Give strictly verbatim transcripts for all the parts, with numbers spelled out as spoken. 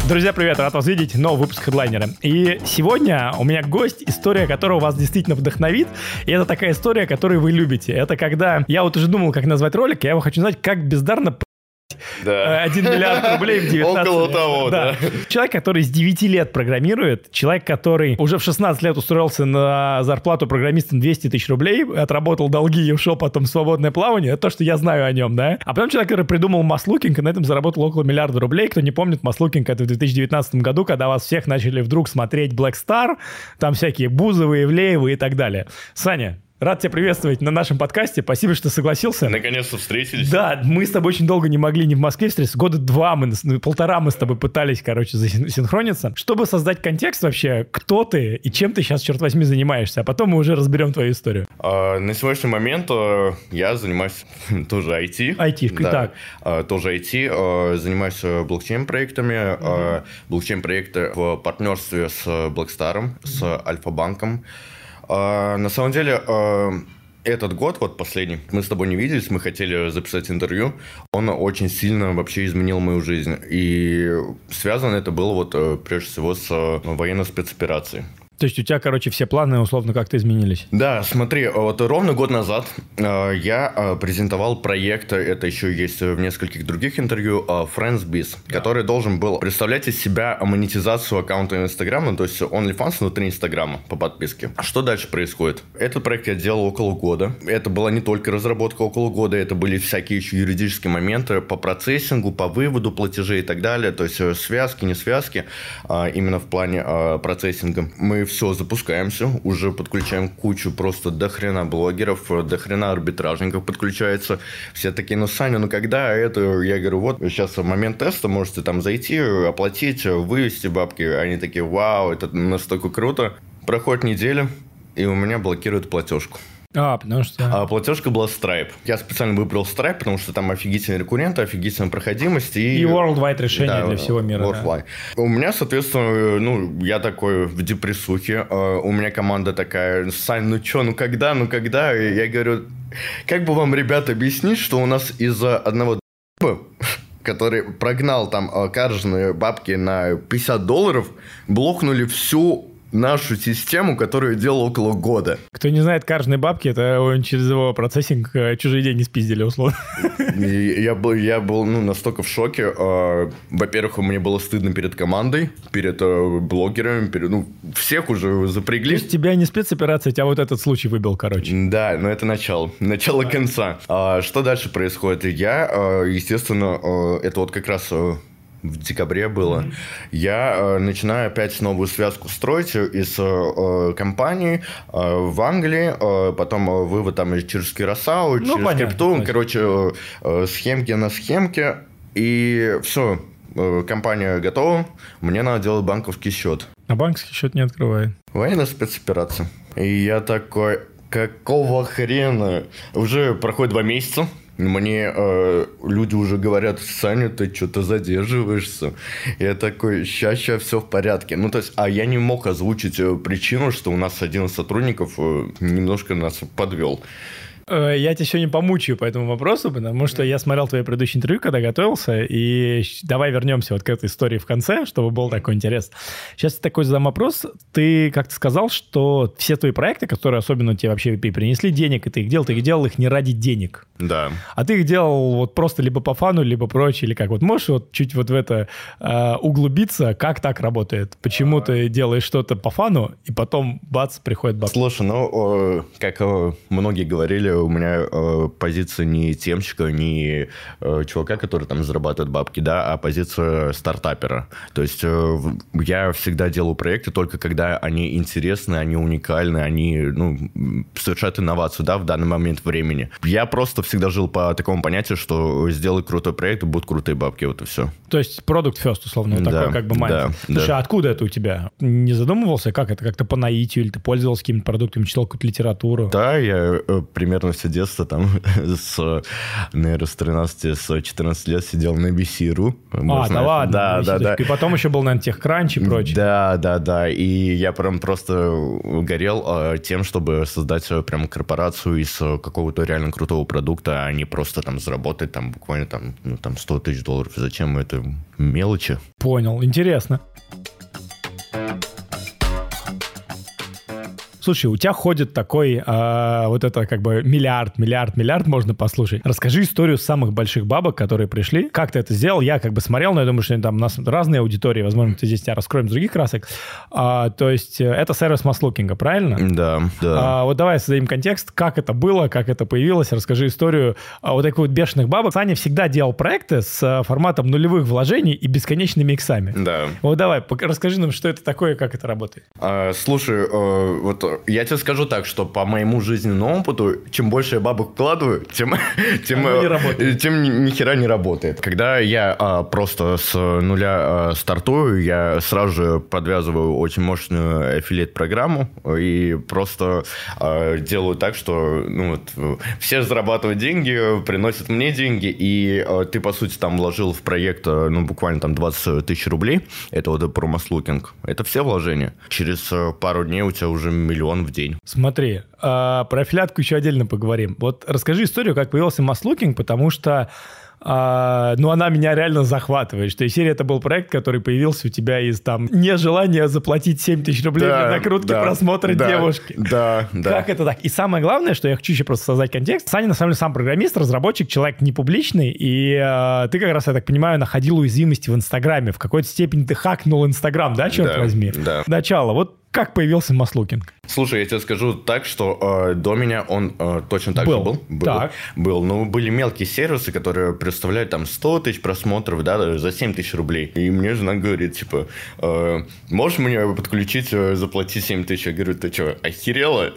Друзья, привет, рад вас видеть, новый выпуск Хедлайнера. И сегодня у меня гость, история которого вас действительно вдохновит. И это такая история, которую вы любите. Это когда, я вот уже думал, как назвать ролик, я его хочу знать, как бездарно Да. один миллиард рублей в девятнадцать Около лет. того, да. Человек, который с девяти лет программирует, человек, который уже в шестнадцать лет устроился на зарплату программистом двести тысяч рублей, отработал долги и ушел потом в свободное плавание, это то, что я знаю о нем, да. А потом человек, который придумал масс-лукинг, и на этом заработал около миллиарда рублей. Кто не помнит, масс-лукинг — это в две тысячи девятнадцатом году, когда вас всех начали вдруг смотреть Black Star, там всякие Бузовы, Ивлеевы и так далее. Саня, рад тебя приветствовать на нашем подкасте. Спасибо, что согласился. Наконец-то встретились. Да, мы с тобой очень долго не могли ни в Москве встретиться. Года два, мы, ну, полтора мы с тобой пытались, короче, засинхрониться. Чтобы создать контекст вообще, кто ты и чем ты сейчас, черт возьми, занимаешься. А потом мы уже разберем твою историю. А, на сегодняшний момент а, я занимаюсь тоже ай ти. ай ти, да. так. А, тоже ай ти. А, занимаюсь блокчейн-проектами. Mm-hmm. А, блокчейн-проекты в партнерстве с Blackstar, mm-hmm. с Альфа-банком. Uh, на самом деле, uh, этот год, вот последний, мы с тобой не виделись, мы хотели записать интервью, он очень сильно вообще изменил мою жизнь. И связано это было вот прежде всего с военной спецоперацией. То есть у тебя, короче, все планы условно как-то изменились? Да, смотри, вот ровно год назад э, я э, презентовал проект, это еще есть в нескольких других интервью, э, FriendsBiz, да. который должен был представлять из себя монетизацию аккаунта Инстаграма, то есть OnlyFans внутри Инстаграма по подписке. А что дальше происходит? Этот проект я делал около года. Это была не только разработка около года, это были всякие еще юридические моменты по процессингу, по выводу платежей и так далее, то есть связки, не связки, э, именно в плане э, процессинга. Мы все, запускаемся, уже подключаем кучу просто до хрена блогеров, до хрена арбитражников подключается. Все такие, ну, Саня, ну когда это? Я говорю, вот сейчас в момент теста можете там зайти, оплатить, вывести бабки. Они такие, вау, это настолько круто. Проходит неделя, и у меня блокируют платежку. А, потому что... А платежка была Stripe. Я специально выбрал Stripe, потому что там офигительные рекурренты, офигительная проходимость. И, и worldwide решение да, для всего мира. Worldwide. Да. У меня, соответственно, ну, я такой в депрессухе. У меня команда такая, Сань, ну что, ну когда, ну когда? И я говорю, как бы вам, ребята, объяснить, что у нас из-за одного который прогнал там карточные бабки на пятьдесят долларов, блокнули всю нашу систему, которую я делал около года. Кто не знает, карточные бабки, это он через его процессинг чужие деньги спиздили, условно. Я был, я был ну, настолько в шоке. Во-первых, мне было стыдно перед командой, перед блогерами, перед, ну, всех уже запрягли. То есть тебя не спецоперация, тебя вот этот случай выбил, короче. Да, но это начало. Начало да. конца. Что дальше происходит? Я, естественно, это вот как раз... в декабре было. Mm-hmm. Я э, начинаю опять новую связку строить из э, компании э, в Англии, э, потом э, вывод там через Кюрасау, ну, через понятно, крипту, понятно. короче, э, схемки на схемке, и все, э, компания готова, мне надо делать банковский счет. А банковский счет не открывает. Военная спецоперация. И я такой, какого хрена? Уже проходит два месяца. Мне э, люди уже говорят, Саня, ты что-то задерживаешься. Я такой, ща, ща, все в порядке. Ну, то есть, а я не мог озвучить причину, что у нас один из сотрудников э, немножко нас подвел. Я тебя сегодня помучаю по этому вопросу, потому что я смотрел твои предыдущие интервью, когда готовился, и давай вернемся вот к этой истории в конце, чтобы был такой интерес. Сейчас такой задам вопрос. Ты как-то сказал, что все твои проекты, которые особенно тебе вообще принесли денег, и ты их делал, ты их делал их не ради денег. Да. А ты их делал вот просто либо по фану, либо прочее, или как? Вот можешь вот чуть вот в это э, углубиться, как так работает? Почему ты делаешь что-то по фану, и потом, бац, приходит бабки? Слушай, ну, э, как э, многие говорили, у меня э, позиция не темщика, не э, чувака, который там зарабатывает бабки, да, а позиция стартапера. То есть э, я всегда делаю проекты только когда они интересны, они уникальны, они ну, совершают инновацию, да, в данный момент времени. Я просто всегда жил по такому понятию, что сделай крутой проект, и будут крутые бабки, вот и все. То есть product first, условно, вот да, такой как бы майнд. Да, Слушай, да. а откуда это у тебя? Не задумывался, как это? Как-то по наитию, или ты пользовался какими-то продуктами, читал какую-то литературу? Да, я э, примерно собственно, все детство там с, наверное, с тринадцати, с четырнадцати лет сидел на би си точка ру. А, да ладно. Да, да, да. И потом еще был, наверное, TechCrunch и прочее. Да, да, да. И я прям просто горел э, тем, чтобы создать прям корпорацию из какого-то реально крутого продукта, а не просто там заработать там буквально там, ну, там сто тысяч долларов. Зачем это? Мелочи. Понял. Интересно. Слушай, у тебя ходит такой, э, вот это как бы миллиард, миллиард, миллиард можно послушать. Расскажи историю самых больших бабок, которые пришли. Как ты это сделал? Я как бы смотрел, но я думаю, что там у нас разные аудитории. Возможно, ты здесь тебя раскроем с других красок. А, то есть это сервис масс-лукинга, правильно? Да, да. А, вот давай создадим контекст, как это было, как это появилось. Расскажи историю а, вот таких вот бешеных бабок. Саня всегда делал проекты с форматом нулевых вложений и бесконечными иксами. Да. Вот давай, расскажи нам, что это такое, как это работает. А, слушай, э, вот я тебе скажу так, что по моему жизненному опыту, чем больше я бабок вкладываю, тем, тем, не тем ни, ни хера не работает. Когда я а, просто с нуля а, стартую, я сразу же подвязываю очень мощную аффилиат-программу и просто а, делаю так, что ну, вот, все зарабатывают деньги, приносят мне деньги, и а, ты, по сути, там вложил в проект ну, буквально там двадцать тысяч рублей. Это вот про масс-лукинг. Это все вложения. Через пару дней у тебя уже миллион в день. Смотри, э, про аффилиатку еще отдельно поговорим. Вот расскажи историю, как появился масс-лукинг, потому что э, ну, она меня реально захватывает. Что из серии это был проект, который появился у тебя из там нежелания заплатить семь тысяч рублей да, для накрутки да, просмотра да, девушки. Да, да. Как это так? И самое главное, что я хочу еще просто создать контекст. Саня, на самом деле, сам программист, разработчик, человек не публичный, и э, ты как раз, я так понимаю, находил уязвимости в Инстаграме. В какой-то степени ты хакнул Инстаграм, да, черт да, возьми? Да. Начало. Вот как появился масс-лукинг? Слушай, я тебе скажу так, что э, до меня он э, точно так был. же был. Был. Так. Был. Но были мелкие сервисы, которые представляют там сто тысяч просмотров, да, за семь тысяч рублей. И мне жена говорит, типа, э, можешь мне подключить, э, заплатить семь тысяч? Я говорю, ты что, охерела?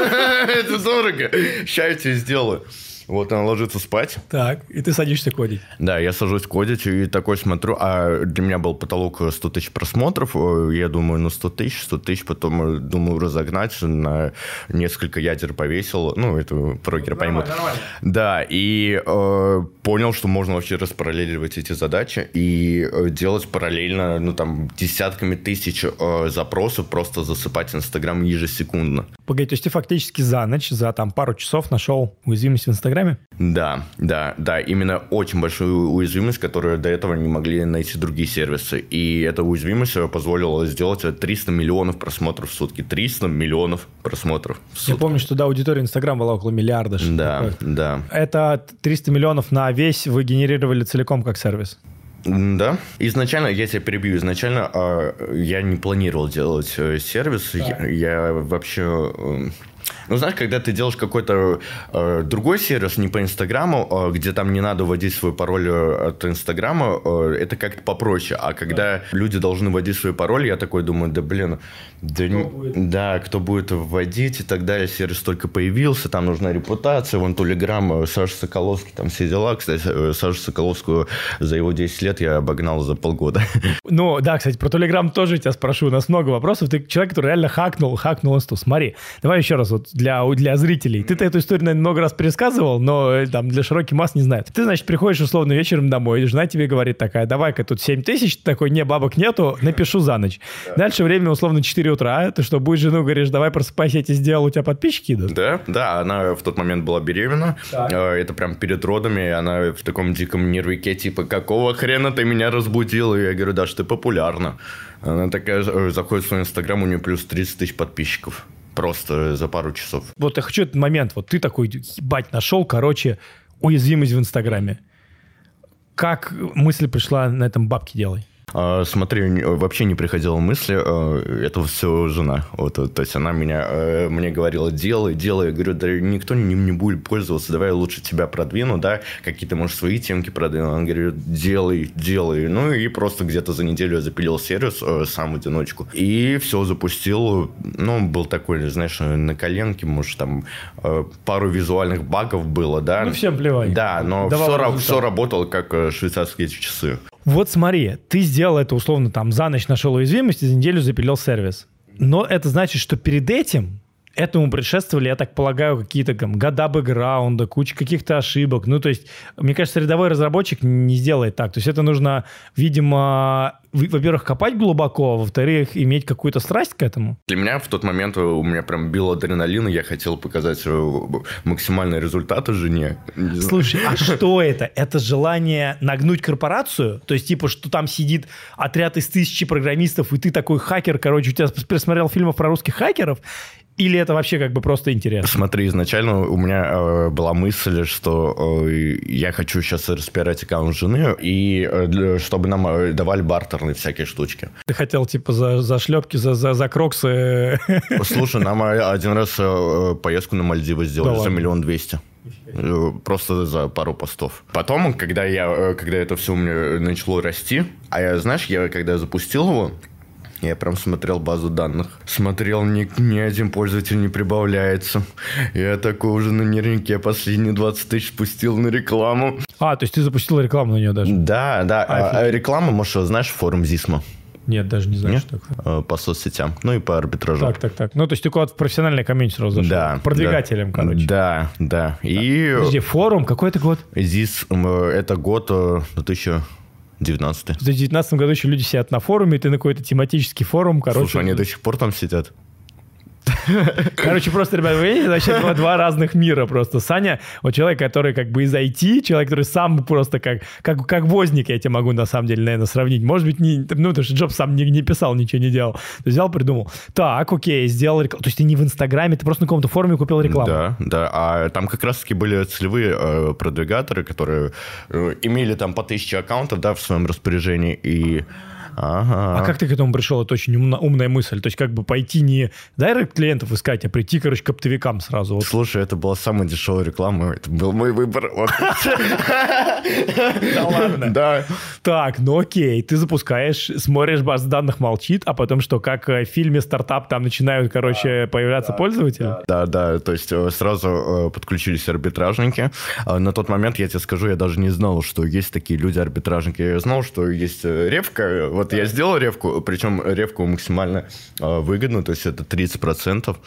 Это дорого. Сейчас я тебе сделаю. Вот она ложится спать. Так, и ты садишься кодить. Да, я сажусь кодить и такой смотрю, а для меня был потолок сто тысяч просмотров. Я думаю, ну сто тысяч, сто тысяч, потом думаю разогнать, на несколько ядер повесил. Ну, это прогеры ну, поймут. Нормально. Да, и э, понял, что можно вообще распараллеливать эти задачи и делать параллельно, ну, там, десятками тысяч э, запросов, просто засыпать Инстаграм ежесекундно. Погоди, то есть ты фактически за ночь, за там пару часов нашел уязвимость в Инстаграме? Да, да, да. Именно очень большую уязвимость, которую до этого не могли найти другие сервисы. И эта уязвимость позволила сделать триста миллионов просмотров в сутки. триста миллионов просмотров в сутки. Я помню, что да, аудитория Инстаграм была около миллиарда. Да, такое. да. Это триста миллионов на весь вы генерировали целиком как сервис? Да. Изначально, я тебя перебью, изначально э, я не планировал делать э, сервис. Я, я вообще... Э, Ну, знаешь, когда ты делаешь какой-то э, другой сервис, не по Инстаграму, э, где там не надо вводить свой пароль от Инстаграма, э, это как-то попроще. А когда да. люди должны вводить свой пароль, я такой думаю, да блин, да, кто, не, будет? да кто будет вводить и так далее. Сервис только появился, там нужна репутация. Вон Телеграм, Саша Соколовский, там все дела. Кстати, Сашу Соколовскую за его десять лет я обогнал за полгода. Ну, да, кстати, про Телеграм тоже тебя спрошу. У нас много вопросов. Ты человек, который реально хакнул, хакнул инсту. Смотри, давай еще раз вот для, для зрителей. Ты-то эту историю, наверное, много раз пересказывал, но там для широких масс не знают. Ты, значит, приходишь условно вечером домой, и жена тебе говорит такая, давай-ка тут семь тысяч, ты такой, не, бабок нету, напишу за ночь. Да. Дальше время условно четыре утра, ты что, будешь жену, говоришь, давай просыпайся, я тебе сделал, у тебя подписчики идут? Да, да, она в тот момент была беременна, так. Это прям перед родами, она в таком диком нервике, типа, какого хрена ты меня разбудил? И я говорю, Даш, ты популярна. Она такая заходит в свой Инстаграм, у нее плюс тридцать тысяч подписчиков. Просто за пару часов. Вот я хочу этот момент. Вот ты такой, ебать, нашел, короче, уязвимость в Инстаграме. Как мысль пришла на этом бабки делай? А, смотри, вообще не приходила мысли, это все жена. Вот, то есть она меня, мне говорила, делай, делай. Я говорю, да никто не, не будет пользоваться, давай я лучше тебя продвину, да, какие-то, может, свои темки продвину. Она говорит, делай, делай. Ну и просто где-то за неделю я запилил сервис сам в одиночку. И все запустил. Ну, был такой, знаешь, на коленке, может, там пару визуальных багов было, да. Ну, всем плевать. Да, но все, все работало как швейцарские часы. Вот смотри, ты сделал это условно там за ночь нашел уязвимость и за неделю запилил сервис. Но это значит, что перед этим Этому предшествовали, я так полагаю, какие-то там года бэкграунда, куча каких-то ошибок. Ну, то есть, мне кажется, рядовой разработчик не сделает так. То есть это нужно, видимо, во-первых, копать глубоко, а во-вторых, иметь какую-то страсть к этому. Для меня в тот момент у меня прям бил адреналин, и я хотел показать максимальные результаты жене. Слушай, а что это? Это желание нагнуть корпорацию? То есть, типа, что там сидит отряд из тысячи программистов, и ты такой хакер, короче, у тебя просмотрел фильмов про русских хакеров? Или это вообще как бы просто интересно? Смотри, изначально у меня э, была мысль, что э, я хочу сейчас распиарить аккаунт жены, и э, для, чтобы нам э, давали бартерные всякие штучки. Ты хотел типа за, за шлепки, за, за, за кроксы? Слушай, нам один раз э, поездку на Мальдивы сделали да за миллион двести. Просто за пару постов. Потом, когда, я, когда это все у меня начало расти, а я, знаешь, я когда запустил его, я прям смотрел базу данных. Смотрел, ни, ни один пользователь не прибавляется. Я такой уже на нервнике последние двадцать тысяч спустил на рекламу. А, то есть ты запустил рекламу на нее даже? Да, да. А, а реклама, может, знаешь, форум Зисма? Нет, даже не знаю, Нет? что такое. По соцсетям, ну и по арбитражу. Так, так, так. Ну, то есть ты куда-то в профессиональное комьюнити сразу зашел? Да. Продвигателем, да, короче. Да, да. И... Подожди, форум, какой это год? Зис, это год две тысячи девятнадцатый. В две тысячи девятнадцатом году еще люди сидят на форуме, ты на какой-то тематический форум, короче. Слушай, они до сих пор там сидят. Короче, просто, ребята, вы видите, вообще два, два разных мира просто. Саня, вот человек, который как бы из ай ти, человек, который сам просто как, как, как возник, я тебе могу на самом деле, наверное, сравнить. Может быть, не, ну, потому что Джобс сам не, не писал, ничего не делал. Ты взял, придумал. Так, окей, сделал рекламу. То есть ты не в Инстаграме, ты просто на каком-то форуме купил рекламу. Да, да. А там как раз-таки были целевые э, продвигаторы, которые э, имели там по тысяче аккаунтов, да, в своем распоряжении, и... Ага. А как ты к этому пришел? Это очень умна, умная мысль. То есть как бы пойти не директ клиентов искать, а прийти, короче, к оптовикам сразу. Вот. Слушай, это была самая дешевая реклама. Это был мой выбор. Да ладно? Да. Так, ну окей. Ты запускаешь, смотришь, база данных молчит, а потом что, как в фильме «Стартап» там начинают, короче, появляться пользователи? Да, да. То есть сразу подключились арбитражники. На тот момент, я тебе скажу, я даже не знал, что есть такие люди-арбитражники. Я знал, что есть ревка. Вот я сделал ревку, причем ревку максимально э, выгодно, то есть это тридцать процентов,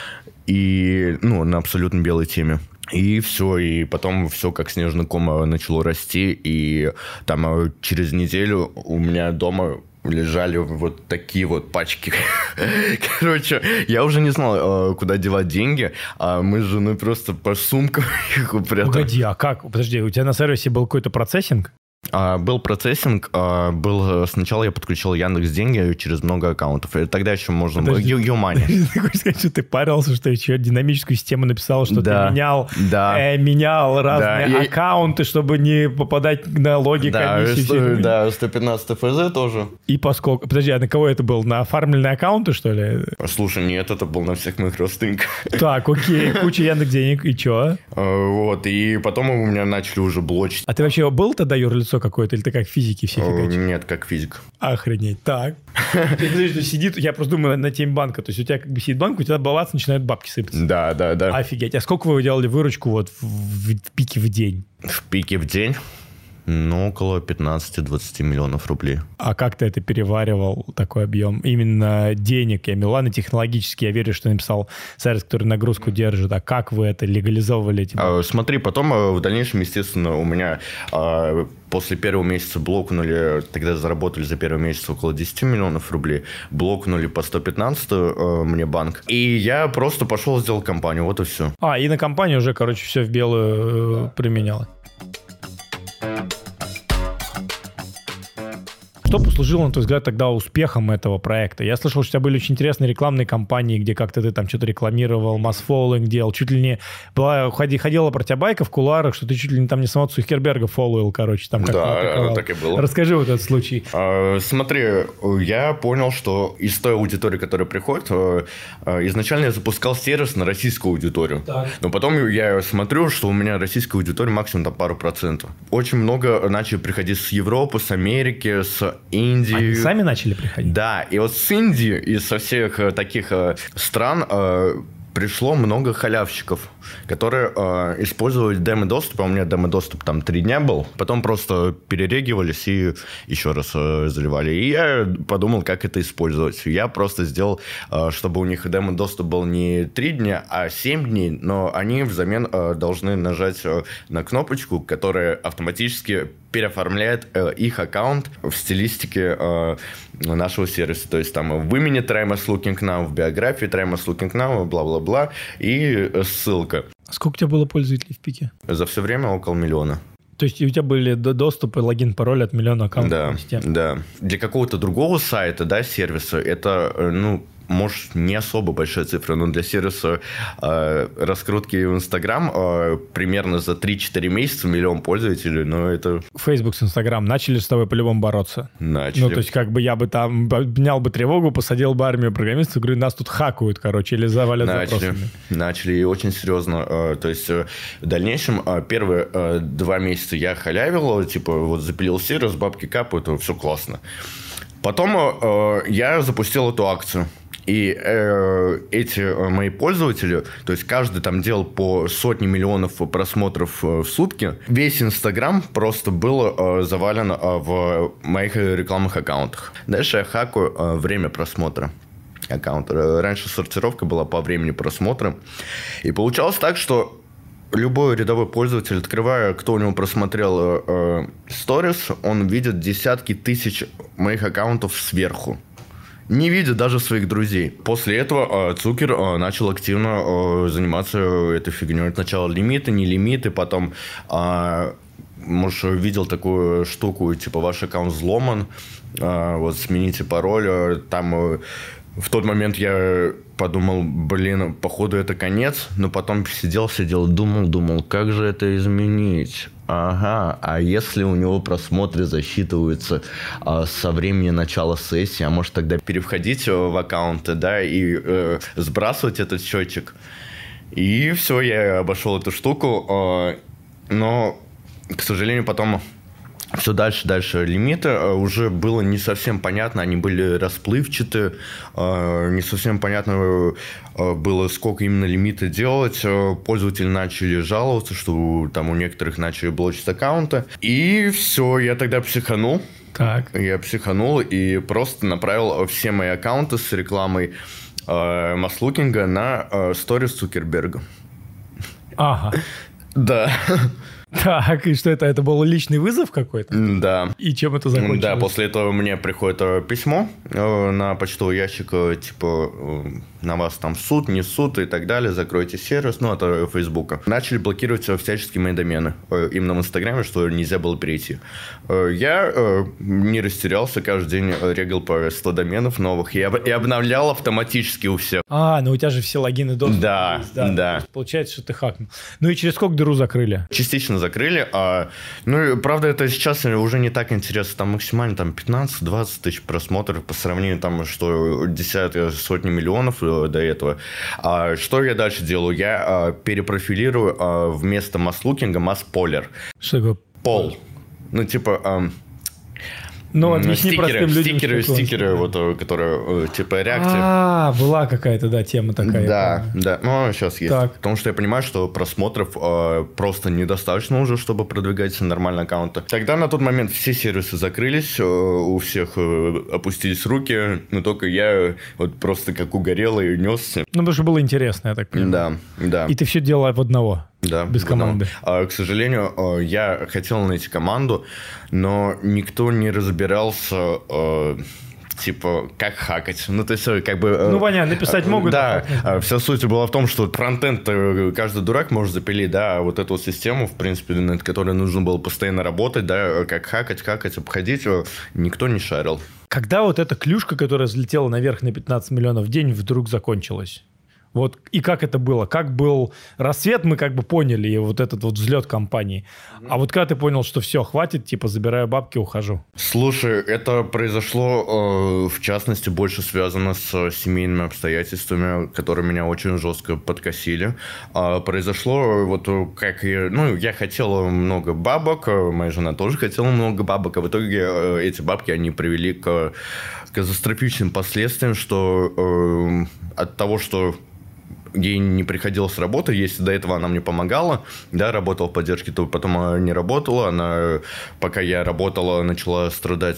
и, ну, на абсолютно белой теме. И все, и потом все как снежный ком начало расти, и там через неделю у меня дома лежали вот такие вот пачки. Короче, я уже не знал, куда девать деньги, а мы с женой просто по сумкам их упрятали. Погоди, а как? Подожди, у тебя на сервисе был какой-то процессинг? А, был процессинг, а, был сначала я подключил Яндекс.Деньги через много аккаунтов. И тогда еще можно было Юмани. Ты хочешь сказать, что ты парился, что еще динамическую систему написал, что да, ты менял, да. э, менял разные да. аккаунты, чтобы не попадать на логи да, комиссии. Что, да, сто пятнадцать эф зэ тоже. И поскольку... Подожди, а на кого это был? На оформленные аккаунты, что ли? Слушай, нет, это был на всех моих родственниках. Так, окей, куча Яндекс.Денег, и что? А, вот, и потом у меня начали уже блочить. А ты вообще был тогда юрлицо какое-то, или ты как физики все фигачишь? Нет, как физик. Охренеть, так. Подожди, сидит, я просто думаю на теме банка, то есть у тебя как бы сидит банк, у тебя бац, начинают бабки сыпаться. Да, да, да. Офигеть, а сколько вы делали выручку вот в, в, в пике в день? В пике в день? Ну, около пятнадцать-двадцать миллионов рублей. А как ты это переваривал, такой объем? Именно денег, я имею в виду, ладно, технологически, я верю, что написал сервис, который нагрузку держит. А как вы это легализовывали? Эти а, смотри, потом в дальнейшем, естественно, у меня а, после первого месяца блокнули, тогда заработали за первый месяц около десять миллионов рублей, блокнули по сто пятнадцать а, мне банк. И я просто пошел сделал компанию, вот и все. А, и на компанию уже, короче, все в белую э, применялось. Что послужило, на твой взгляд, тогда успехом этого проекта? Я слышал, что у тебя были очень интересные рекламные кампании, где как-то ты там что-то рекламировал, масс-фолловинг делал, чуть ли не... Была, ходи, ходила про тебя байка в кулуарах, что ты чуть ли не там не самого Цукерберга фолловил, короче. Там да, так и было. Расскажи вот этот случай. А, смотри, я понял, что из той аудитории, которая приходит, изначально я запускал сервис на российскую аудиторию. Так. Но потом я смотрю, что у меня российская аудитория максимум там пару процентов. Очень много начали приходить с Европы, с Америки, с Индии. Они сами начали приходить? Да, и вот с Индии и со всех таких стран пришло много халявщиков, которые э, использовали демо-доступ, а у меня демо-доступ там три дня был, потом просто перерегивались и еще раз э, заливали. И я подумал, как это использовать. Я просто сделал, э, чтобы у них демо-доступ был не три дня, а семь дней, но они взамен э, должны нажать э, на кнопочку, которая автоматически переоформляет э, их аккаунт в стилистике э, нашего сервиса. То есть там в имени Try Must Looking Now, в биографии Try Must Looking Now, бла-бла-бла, и ссылка. Сколько у тебя было пользователей в пике? За все время около миллиона. То есть у тебя были доступы, логин, пароль от миллиона аккаунтов? Да, да. Для какого-то другого сайта, да, сервиса, это, ну, может, не особо большая цифра, но для сервиса э, раскрутки в Инстаграм э, примерно за три-четыре месяца миллион пользователей, но это... Фейсбук с Инстаграм начали с тобой по-любому бороться? Начали. Ну, то есть, как бы я бы там поднял бы тревогу, посадил бы армию программистов, говорю, нас тут хакают, короче, или завалят Начали. запросами. Начали, и очень серьезно. Э, то есть, э, в дальнейшем э, первые э, два месяца я халявил, типа, вот запилил сервис, бабки капают, все классно. Потом э, я запустил эту акцию. И э, эти мои пользователи, то есть каждый там делал по сотне миллионов просмотров в сутки, весь Инстаграм просто был э, завален э, в моих рекламных аккаунтах. Дальше я хакаю э, время просмотра аккаунта. Раньше сортировка была по времени просмотра. И получалось так, что любой рядовой пользователь, открывая, кто у него просмотрел сторис, э, он видит десятки тысяч моих аккаунтов сверху. Не видя даже своих друзей. После этого э, Цукер э, начал активно э, заниматься этой фигней. Сначала лимиты, не лимиты, потом, э, может, видел такую штуку, типа, ваш аккаунт взломан, э, вот, смените пароль. Э, там э, в тот момент я подумал, блин, походу это конец, но потом сидел, сидел, думал, думал, как же это изменить? Ага, а если у него просмотры засчитываются а, со времени начала сессии, а может тогда переходить в аккаунты, да, и э, сбрасывать этот счетчик. И все, я обошел эту штуку, э, но, к сожалению, потом все дальше, дальше лимиты уже было не совсем понятно, они были расплывчаты, не совсем понятно было, сколько именно лимита делать. Пользователи начали жаловаться, что там у некоторых начали блочить аккаунты. И все, я тогда психанул. Так. Я психанул и просто направил все мои аккаунты с рекламой э, масслукинга на э, сторис Цукерберга. Ага. Да. Так, и что это? Это был личный вызов какой-то? Да. И чем это закончилось? Да, после этого мне приходит письмо на почтовый ящик, типа, на вас там суд, не суд и так далее, закройте сервис, ну, это Фейсбука. Начали блокировать всячески мои домены, именно в Инстаграме, что нельзя было перейти. Я не растерялся, каждый день регал по сто доменов новых и обновлял автоматически у всех. А, ну у тебя же все логины доступа. Да, есть, да. да. Получается, что ты хакнул. Ну и через сколько дыру закрыли? Частично закрыли. А, ну, правда, это сейчас уже не так интересно. Там максимально там, пятнадцать-двадцать тысяч просмотров по сравнению там, что десятки, сотни миллионов до этого. А, что я дальше делаю? Я а, перепрофилирую а, вместо масслукинга масс-полер. Что такое? Пол. Ну, типа... А, Ну, объясни стикеры, простым людям. Стикеры, стикеры, вот, которые, типа, реакции. А, была какая-то, да, тема такая. Да, да, ну, сейчас есть. Так. Потому что я понимаю, что просмотров э, просто недостаточно уже, чтобы продвигать нормальные аккаунты. Тогда на тот момент все сервисы закрылись, э, у всех э, опустились руки, но только я вот просто как угорелый несся. Ну, потому что было интересно, я так понимаю. Да, да. И ты все делал в одного? Да, без команды. А, к сожалению, я хотел найти команду, но никто не разбирался, э, типа, как хакать. Ну, то есть, как бы... Ну, понятно, написать могут. Да, а вся суть была в том, что фронтенд каждый дурак может запилить, да, а вот эту вот систему, в принципе, над которой нужно было постоянно работать, да, как хакать, хакать, обходить, никто не шарил. Когда вот эта клюшка, которая взлетела наверх на пятнадцать миллионов в день, вдруг закончилась? Вот, и как это было? Как был рассвет, мы как бы поняли, и вот этот вот взлет компании. Mm-hmm. А вот когда ты понял, что все, хватит, типа, забираю бабки, ухожу? Слушай, это произошло, э, в частности, больше связано с семейными обстоятельствами, которые меня очень жестко подкосили. А произошло, вот, как я, ну, я хотел много бабок, моя жена тоже хотела много бабок, а в итоге э, эти бабки, они привели к катастрофическим последствиям, что э, от того, что ей не приходилось работать. Если до этого она мне помогала, да, работала в поддержке, то потом она не работала. Она, пока я работала, начала страдать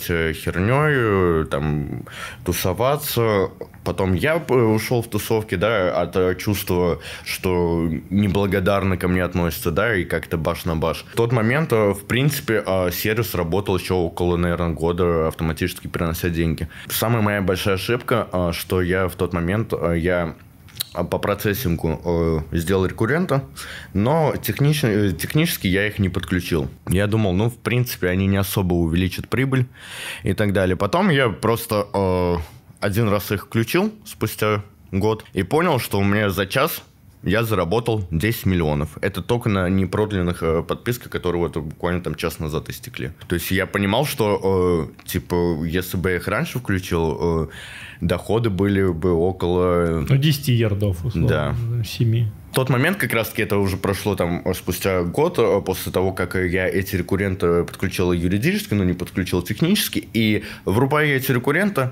херней, там, тусоваться. Потом я ушел в тусовки, да, от чувства, что неблагодарно ко мне относятся, да, и как-то баш на баш. В тот момент, в принципе, сервис работал еще около, наверное, года, автоматически перенося деньги. Самая моя большая ошибка, что я в тот момент, я по процессингу сделал рекуррента, но технически, технически я их не подключил. Я думал, ну, в принципе, они не особо увеличат прибыль и так далее. Потом я просто один раз их включил спустя год и понял, что у меня за час я заработал десять миллионов. Это только на непродлинных э, подписках, которые вот буквально там час назад истекли. То есть я понимал, что э, типа, если бы я их раньше включил, э, доходы были бы около... Ну, десять ярдов, условно. Да. семь. В тот момент, как раз-таки, это уже прошло там спустя год, после того, как я эти рекурренты подключил юридически, но не подключил технически, и врубаю эти рекурренты,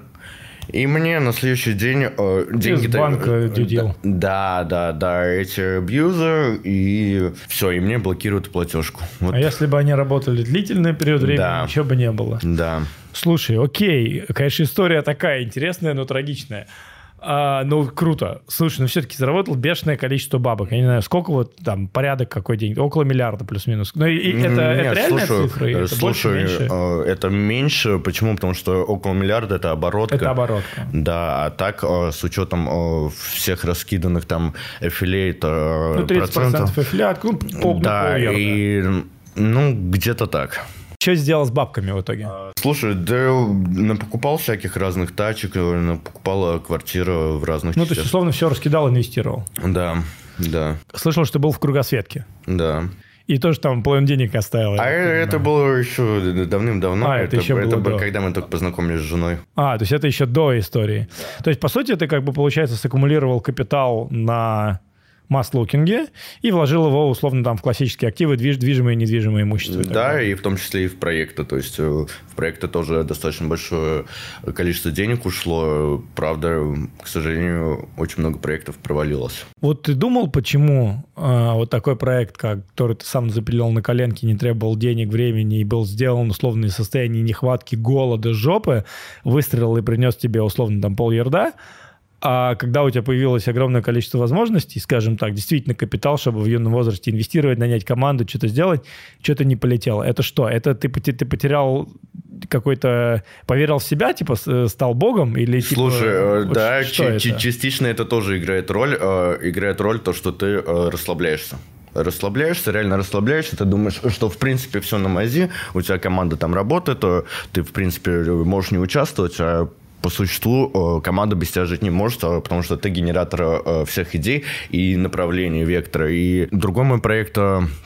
и мне на следующий день э, деньги... Из банка дюдел. Да, да, да, эти абьюзы, и все, и мне блокируют платежку. Вот. А если бы они работали длительный период времени, да. ничего бы не было. Да. Слушай, окей, конечно, история такая интересная, но трагичная. А, ну, круто. Слушай, ну все-таки заработал бешеное количество бабок. Я не знаю, сколько вот там, порядок какой денег? Около миллиарда плюс-минус. Ну, и, и это, Нет, это реальная слушай, цифра? Или это слушай, больше, меньше? Это меньше. Почему? Потому что около миллиарда – это оборотка. Это оборотка. Да, а так, с учетом всех раскиданных там аффилиейт процентов. Ну, тридцать процентов аффилиат, ну, пол, да, ну, и, ну, где-то так. Что сделал с бабками в итоге? Слушай, да покупал всяких разных тачек, покупал квартиры в разных Ну, частях. то есть, условно, все раскидал, инвестировал. Да, да. Слышал, что ты был в кругосветке. Да. И тоже там половину денег оставил. А это было еще давным-давно. А, это, это еще это было было, до. когда мы только познакомились с женой. А, то есть это еще до истории. То есть, по сути, ты как бы, получается, саккумулировал капитал на масс-лукинге и вложил его, условно, там в классические активы, движ, движимое и недвижимое имущество. И да, и в том числе и в проекты. То есть в проекты тоже достаточно большое количество денег ушло. Правда, к сожалению, очень много проектов провалилось. Вот ты думал, почему э, вот такой проект, который ты сам запилил на коленке, не требовал денег, времени и был сделан условно из состояния нехватки, голода, жопы, выстрелил и принес тебе условно там полярда, а когда у тебя появилось огромное количество возможностей, скажем так, действительно капитал, чтобы в юном возрасте инвестировать, нанять команду, что-то сделать, что-то не полетело. Это что? Это ты, ты потерял какой-то... Поверил в себя, типа, стал богом? Или, типа, слушай, вот да, ч- это? частично это тоже играет роль. Играет роль то, что ты расслабляешься. Расслабляешься, реально расслабляешься, ты думаешь, что в принципе все на мази, у тебя команда там работает, то ты в принципе можешь не участвовать, а по существу команда без тебя жить не может, потому что ты генератор всех идей и направлений, вектора. И другой мой проект,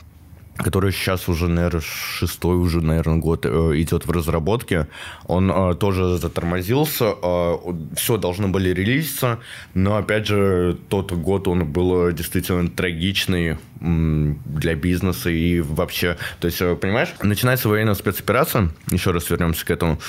который сейчас уже, наверное, шестой уже, наверное, год идет в разработке, он тоже затормозился, все должны были релизиться, но, опять же, тот год он был действительно трагичный для бизнеса и вообще. То есть, понимаешь, начинается военная спецоперация, еще раз вернемся к этому,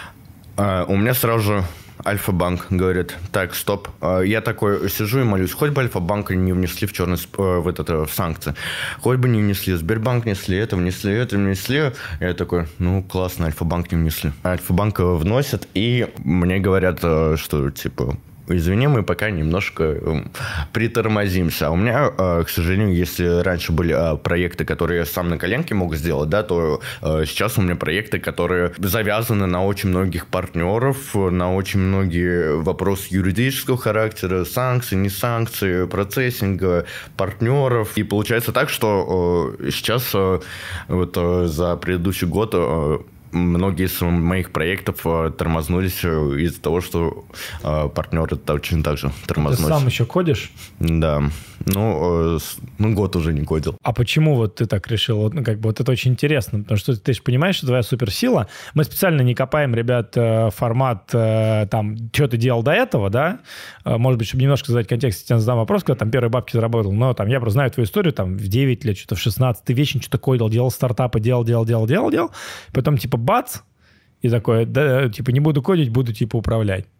у меня сразу же Альфа-банк говорит: так, стоп. Я такой сижу и молюсь, хоть бы Альфа-банка не внесли в черный, в, этот, в санкции, хоть бы не внесли, Сбербанк внесли, это внесли, это внесли. Я такой, ну классно, Альфа-банк не внесли. Альфа-банк вносят, и мне говорят, что типа... Извини, мы пока немножко притормозимся. А у меня, к сожалению, если раньше были проекты, которые я сам на коленке мог сделать, да, то сейчас у меня проекты, которые завязаны на очень многих партнеров, на очень многие вопросы юридического характера, санкции, не санкции, процессинга, партнеров. И получается так, что сейчас вот за предыдущий год многие из моих проектов тормознулись из-за того, что партнеры точно так же тормознулись. Ты сам еще кодишь? Да. Ну, ну, год уже не кодил. А почему вот ты так решил? Вот, ну, как бы вот это очень интересно, потому что ты же понимаешь, что твоя суперсила. Мы специально не копаем, ребят, формат там, что ты делал до этого, да? Может быть, чтобы немножко задать контекст, я тебе задам вопрос, когда там первые бабки заработал. Но там я просто знаю твою историю, там в девять лет, что-то в шестнадцать, ты вечно что-то кодил, делал стартапы, делал, делал, делал, делал, делал. Потом типа бац, и такое, да, типа не буду кодить, буду типа управлять.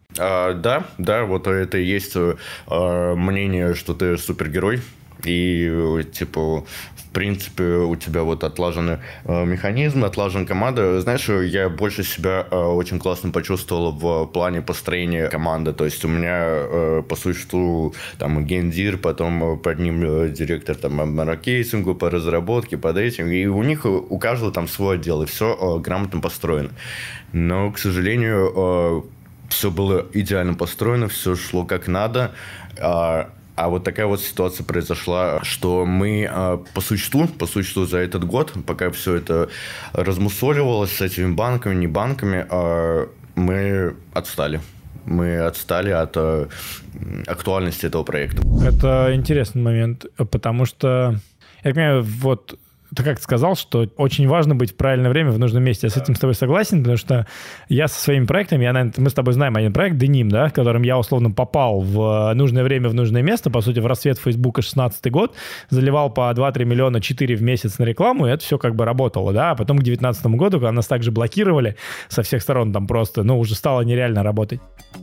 А, да, да, вот это и есть а, мнение, что ты супергерой. И, типа, в принципе, у тебя вот отлажены э, механизмы, отлажена команда. Знаешь, я больше себя э, очень классно почувствовал в плане построения команды. То есть у меня, э, по существу, там, гендир, потом под ним э, директор там, по маркетингу, по разработке, под этим. И у них, у каждого там свой отдел, и все э, грамотно построено. Но, к сожалению, э, все было идеально построено, все шло как надо. Э, А вот такая вот ситуация произошла, что мы по существу, по существу за этот год, пока все это размусоливалось с этими банками, не банками, мы отстали. Мы отстали от актуальности этого проекта. Это интересный момент, потому что, я понимаю, вот... Ты как сказал, что очень важно быть в правильное время в нужном месте. Я с этим с тобой согласен, потому что я со своими проектами, я, наверное, мы с тобой знаем один проект, Деним, да, в котором я условно попал в нужное время, в нужное место, по сути, в расцвет Фейсбука шестнадцатый год, заливал по два-три миллиона, четыре в месяц на рекламу, и это все как бы работало, да, а потом к девятнадцатому году, когда нас также блокировали со всех сторон, там просто, ну, уже стало нереально работать.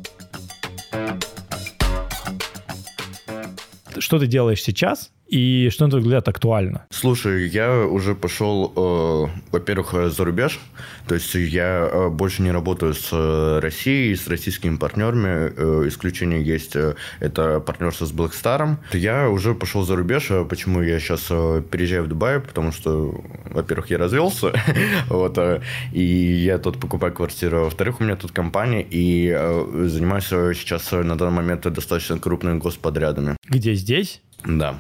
Что ты делаешь сейчас? И что, на твой взгляд, актуально? Слушай, я уже пошел, э, во-первых, за рубеж. То есть я э, больше не работаю с Россией, с российскими партнерами. Э, исключение есть, э, это партнерство с Blackstar. Я уже пошел за рубеж. Почему я сейчас э, переезжаю в Дубай? Потому что, во-первых, я развелся. вот, э, и я тут покупаю квартиру. Во-вторых, у меня тут компания. И э, занимаюсь сейчас на данный момент достаточно крупными господрядами. Где, здесь? Да.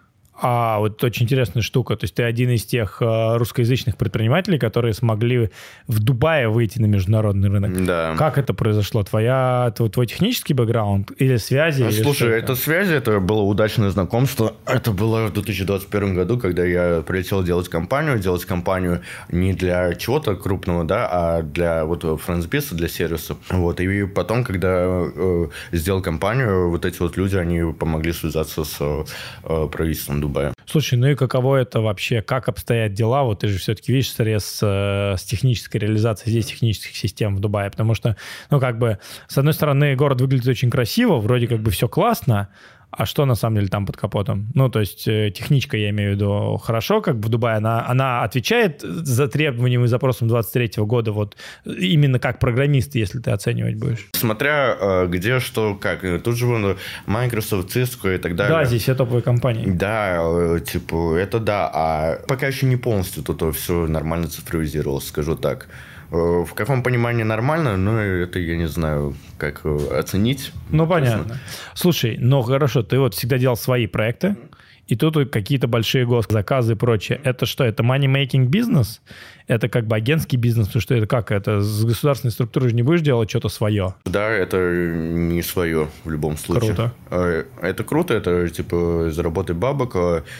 А вот очень интересная штука. То есть ты один из тех э, русскоязычных предпринимателей, которые смогли в Дубае выйти на международный рынок. Да. Как это произошло? Твоя, твой, твой технический бэкграунд или связи? А, или слушай, это? это связи, это было удачное знакомство. Это было в две тысячи двадцать первом году, когда я прилетел делать компанию. Делать компанию не для чего-то крупного, да, а для вот FriendsBiz, для сервиса. Вот. И потом, когда э, сделал компанию, вот эти вот люди, они помогли связаться с э, правительством Дубая. Слушай, ну и каково это вообще? Как обстоят дела? Вот ты же все-таки видишь срез с, с технической реализацией здесь технических систем в Дубае, потому что, ну, как бы, с одной стороны, город выглядит очень красиво, вроде как бы все классно, а что на самом деле там под капотом? Ну, то есть техничка, я имею в виду, хорошо, как в Дубае, она, она отвечает за требованиям и запросам двадцать третьего года, вот именно как программист, если ты оценивать будешь? Смотря где, что, как. Тут же вон Microsoft, Cisco и так далее. Да, здесь все топовые компании. Да, типа, это да. А пока еще не полностью тут все нормально цифровизировалось, скажу так. В каком понимании нормально, ну, это я не знаю, как оценить. Ну, понятно. Слушай, ну, хорошо, ты вот всегда делал свои проекты, и тут какие-то большие госзаказы и прочее. Это что, это money-making бизнес? Это как бы агентский бизнес? Потому что это как? Это с государственной структурой же не будешь делать что-то свое? Да, это не свое в любом случае. Круто. Это круто, это типа заработать бабок.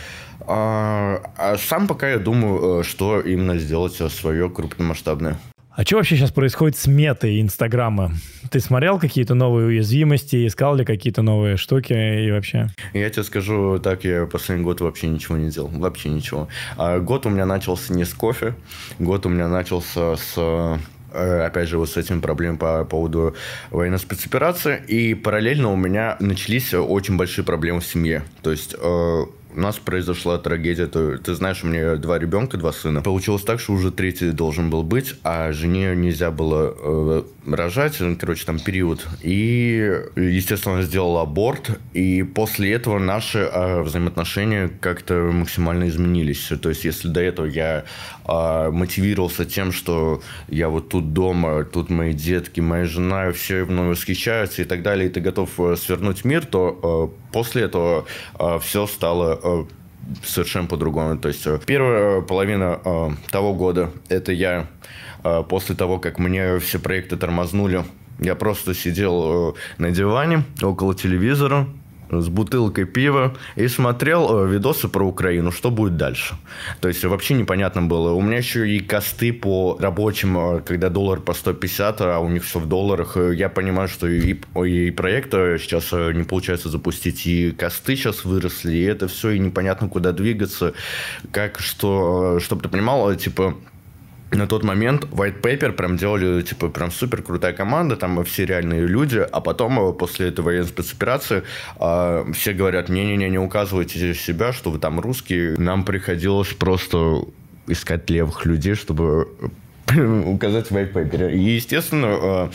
А, а сам пока я думаю, что именно сделать свое крупномасштабное. А что вообще сейчас происходит с метой Инстаграма? Ты смотрел какие-то новые уязвимости, искал ли какие-то новые штуки и вообще? Я тебе скажу так, я последний год вообще ничего не делал. Вообще ничего. А год у меня начался не с кофе. Год у меня начался с... Опять же, вот с этим проблемой по поводу военной спецоперации. И параллельно у меня начались очень большие проблемы в семье. То есть... У нас произошла трагедия. Ты, ты знаешь, у меня два ребенка, два сына. Получилось так, что уже третий должен был быть, а жене нельзя было э, рожать. Короче, там период. И, естественно, она сделала аборт. И после этого наши э, взаимоотношения как-то максимально изменились. То есть, если до этого я э, мотивировался тем, что я вот тут дома, тут мои детки, моя жена, все мной восхищаются и так далее, и ты готов свернуть мир, то э, после этого э, все стало совершенно по-другому. То есть первая половина э, того года, это я э, после того, как мне все проекты тормознули, я просто сидел э, на диване около телевизора с бутылкой пива и смотрел э, видосы про Украину, что будет дальше. То есть вообще непонятно было. У меня еще и косты по рабочим, э, когда доллар по сто пятьдесят, а у них все в долларах. Я понимаю, что и, и проекта сейчас не получается запустить, и косты сейчас выросли, и это все, и непонятно, куда двигаться, как, что, чтобы ты понимал, типа... на тот момент White Paper прям делали, типа, прям супер крутая команда, там все реальные люди, а потом после этой военной спецоперации э, все говорят, не-не-не, не указывайте себя, что вы там русские. Нам приходилось просто искать левых людей, чтобы указать в White Paper. И, естественно,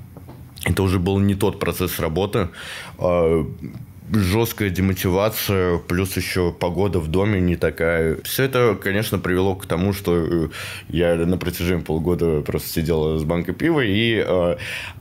э, это уже был не тот процесс работы. Э, жесткая демотивация, плюс еще погода в доме не такая. Все это, конечно, привело к тому, что я на протяжении полгода просто сидел с банкой пива, и э,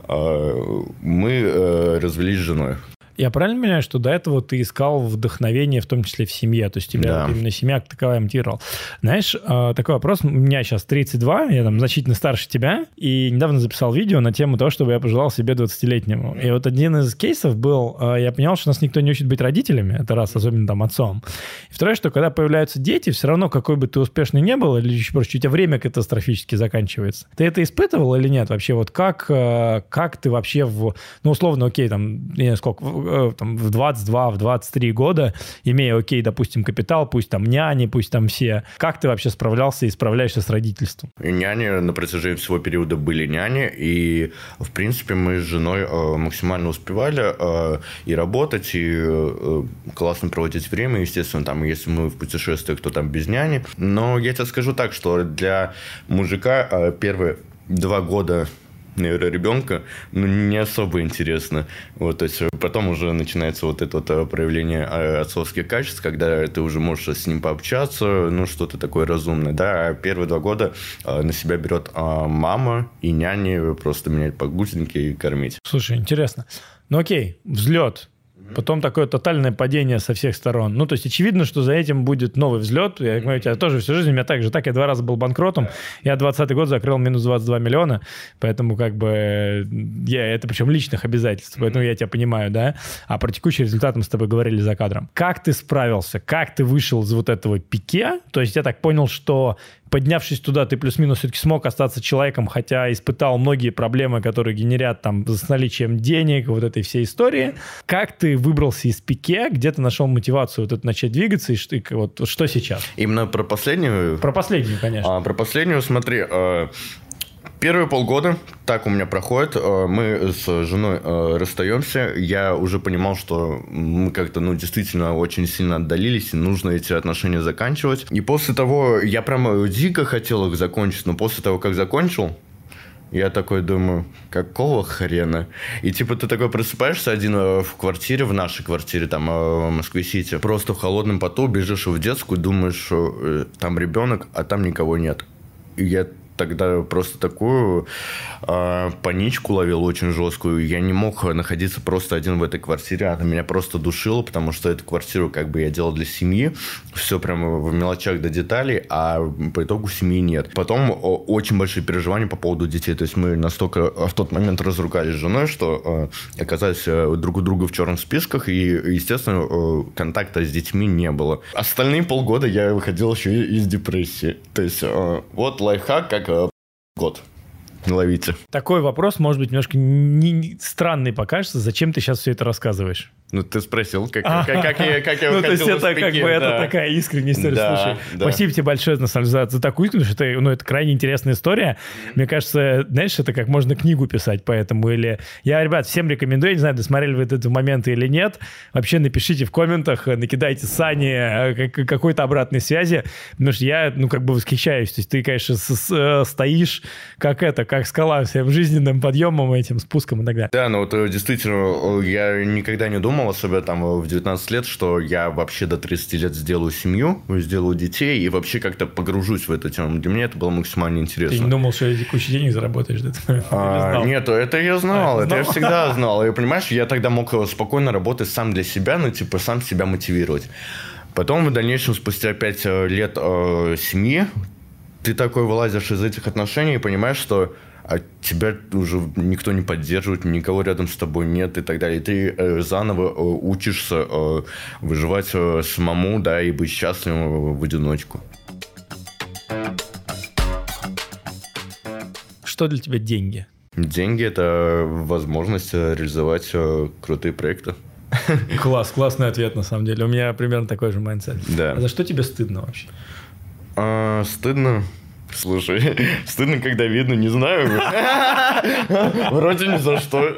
э, мы э, развелись с женой. Я правильно понимаю, что до этого ты искал вдохновение, в том числе в семье? То есть тебя Да. вот именно семья как таковая мотивировала. Знаешь, такой вопрос. У меня сейчас тридцать два, я там значительно старше тебя, и недавно записал видео на тему того, чтобы я пожелал себе двадцатилетнему. И вот один из кейсов был, я понял, что нас никто не учит быть родителями, это раз, особенно там отцом. И второе, что когда появляются дети, все равно, какой бы ты успешный не был, или еще проще, у тебя время катастрофически заканчивается. Ты это испытывал или нет вообще? Вот как, как ты вообще в... Ну, условно, окей, там, не знаю, сколько... Там, в двадцать два, в двадцать три года, имея, окей, допустим, капитал, пусть там няни, пусть там все. Как ты вообще справлялся и справляешься с родительством? И няни на протяжении всего периода были няни, и, в принципе, мы с женой э, максимально успевали э, и работать, и э, классно проводить время. Естественно, там, если мы в путешествиях, то там без няни. Но я тебе скажу так, что для мужика э, первые два года... наверное, ребенка, ну, не особо интересно. Вот, то есть потом уже начинается вот это вот проявление отцовских качеств, когда ты уже можешь с ним пообщаться, ну, что-то такое разумное, да, а первые два года на себя берет мама и няни, просто менять подгузники и кормить. Слушай, интересно. Ну, окей, взлет. Потом такое тотальное падение со всех сторон. Ну, то есть, очевидно, что за этим будет новый взлет. Я говорю, у тебя тоже всю жизнь, у меня так же. Так, я два раза был банкротом. Я двадцатый год закрыл минус двадцать два миллиона. Поэтому, как бы, я, это причем личных обязательств. Поэтому я тебя понимаю, да? А про текущий результат мы с тобой говорили за кадром. Как ты справился? Как ты вышел из вот этого пике? То есть, я так понял, что... Поднявшись туда, ты плюс-минус все-таки смог остаться человеком, хотя испытал многие проблемы, которые генерят там с наличием денег, вот этой всей истории. Как ты выбрался из пике, где ты нашел мотивацию вот это начать двигаться, и что, вот, что сейчас? Именно про последнюю? Про последнюю, конечно. А, про последнюю, смотри... А... Первые полгода так у меня проходит. Мы с женой расстаемся. Я уже понимал, что мы как-то, ну, действительно очень сильно отдалились, и нужно эти отношения заканчивать. И после того, я прямо дико хотел их закончить, но после того, как закончил, я такой думаю, какого хрена? И типа ты такой просыпаешься один в квартире, в нашей квартире, там, в Москве-Сити, просто в холодном поту бежишь в детскую, думаешь, что там ребенок, а там никого нет. И я тогда просто такую э, паничку ловил очень жесткую. Я не мог находиться просто один в этой квартире. Она меня просто душила, потому что эту квартиру как бы я делал для семьи. Все прямо в мелочах до деталей, а по итогу семьи нет. Потом о, очень большие переживания по поводу детей. То есть мы настолько в тот момент разругались с женой, что э, оказались друг у друга в черных списках, и, естественно, э, контакта с детьми не было. Остальные полгода я выходил еще и из депрессии. То есть э, вот лайфхак, как год. Ловите. Такой вопрос, может быть, немножко не, не, странный покажется. Зачем ты сейчас все это рассказываешь? Ну, ты спросил, как, как, как, я, как я ну, то есть это пике, как бы да. это такая искренняя история. Да, Слушай, да. Спасибо тебе большое, на самом деле, за такую историю, потому что это, ну, это крайне интересная история. Mm-hmm. Мне кажется, знаешь, это как можно книгу писать, поэтому или... Я, ребят, всем рекомендую, я не знаю, досмотрели вы этот момент или нет, вообще напишите в комментах, накидайте Сане какой-то обратной связи, потому что я, ну, как бы восхищаюсь. То есть ты, конечно, стоишь как это, как скала всем жизненным подъемом, этим спуском и так далее. Да, ну вот действительно, я никогда не думал, особенно там в девятнадцать лет, что я вообще до тридцати лет сделаю семью, сделаю детей и вообще как-то погружусь в эту тему. Для меня это было максимально интересно. Ты не думал, что кучу денег заработаешь? А, нет, это я знал, а, это знал? я всегда знал. И понимаешь, я тогда мог спокойно работать сам для себя, ну типа сам себя мотивировать. Потом в дальнейшем, спустя пять лет э, семьи, ты такой вылазишь из этих отношений и понимаешь, что а тебя уже никто не поддерживает, никого рядом с тобой нет и так далее. И ты э, заново э, учишься э, выживать э, самому, да, и быть счастливым в одиночку. Что для тебя деньги? Деньги – это возможность реализовать э, крутые проекты. Класс, классный ответ, на самом деле. У меня примерно такой же майндсет. Да. А за что тебе стыдно вообще? А, стыдно? Слушай, стыдно, когда видно, не знаю. Вроде ни за что.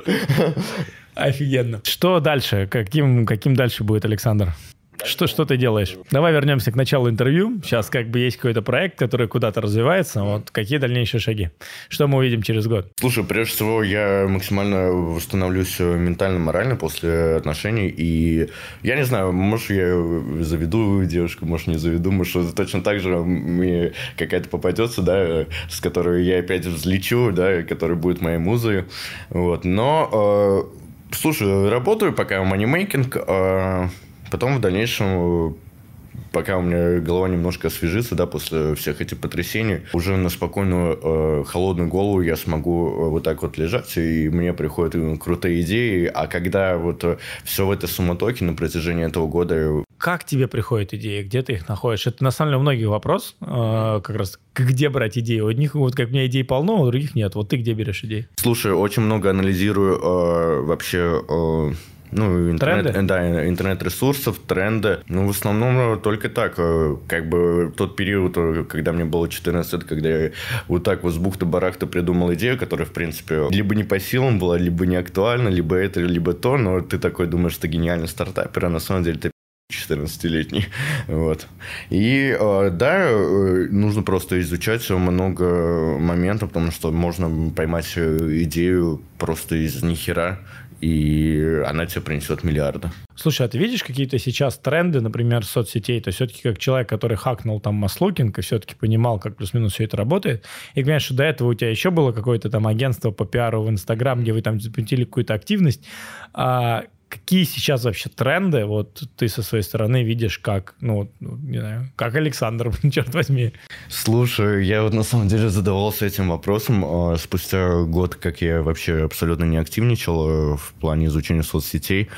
Офигенно. Что дальше? Каким, каким дальше будет Александр? Что, что ты делаешь? Давай вернемся к началу интервью. Сейчас как бы есть какой-то проект, который куда-то развивается. Вот какие дальнейшие шаги? Что мы увидим через год? Слушай, прежде всего, я максимально восстановлюсь ментально-морально после отношений. И я не знаю, может, я заведу девушку, может, не заведу. Может, точно так же мне какая-то попадется, да, с которой я опять взлечу, да, которая будет моей музой. Вот. Но, э, слушай, работаю пока в манимейкинг. Э, Потом в дальнейшем, пока у меня голова немножко освежится, да, после всех этих потрясений, уже на спокойную, э, холодную голову я смогу вот так вот лежать, и мне приходят крутые идеи. А когда вот все в этой суматохе на протяжении этого года... Как тебе приходят идеи? Где ты их находишь? Это, на самом деле, у многих вопрос, э, как раз, где брать идеи. У одних, вот как у меня идей полно, у других нет. Вот ты где берешь идеи? Слушай, очень много анализирую э, вообще... Э, Ну, интернет, да, интернет-ресурсов, тренды. Ну, в основном только так. Как бы тот период, когда мне было четырнадцать лет, когда я вот так вот с бухты-барахта придумал идею, которая, в принципе, либо не по силам была, либо не актуальна, либо это, либо то, но ты такой думаешь, что ты гениальный стартапер, а на самом деле ты четырнадцатилетний. Вот. И да, нужно просто изучать много моментов, потому что можно поймать идею просто из нихера, и она тебе принесет миллиарды. Слушай, а ты видишь какие-то сейчас тренды, например, соцсетей? То есть все-таки как человек, который хакнул там Маслукинг и все-таки понимал, как плюс-минус все это работает, и понимаешь, что до этого у тебя еще было какое-то там агентство по пиару в Инстаграм, где вы там запустили какую-то активность. А какие сейчас вообще тренды, вот ты со своей стороны видишь, как, ну, не знаю, как Александр, черт возьми? Слушай, я вот на самом деле задавался этим вопросом спустя год, как я вообще абсолютно не активничал в плане изучения соцсетей.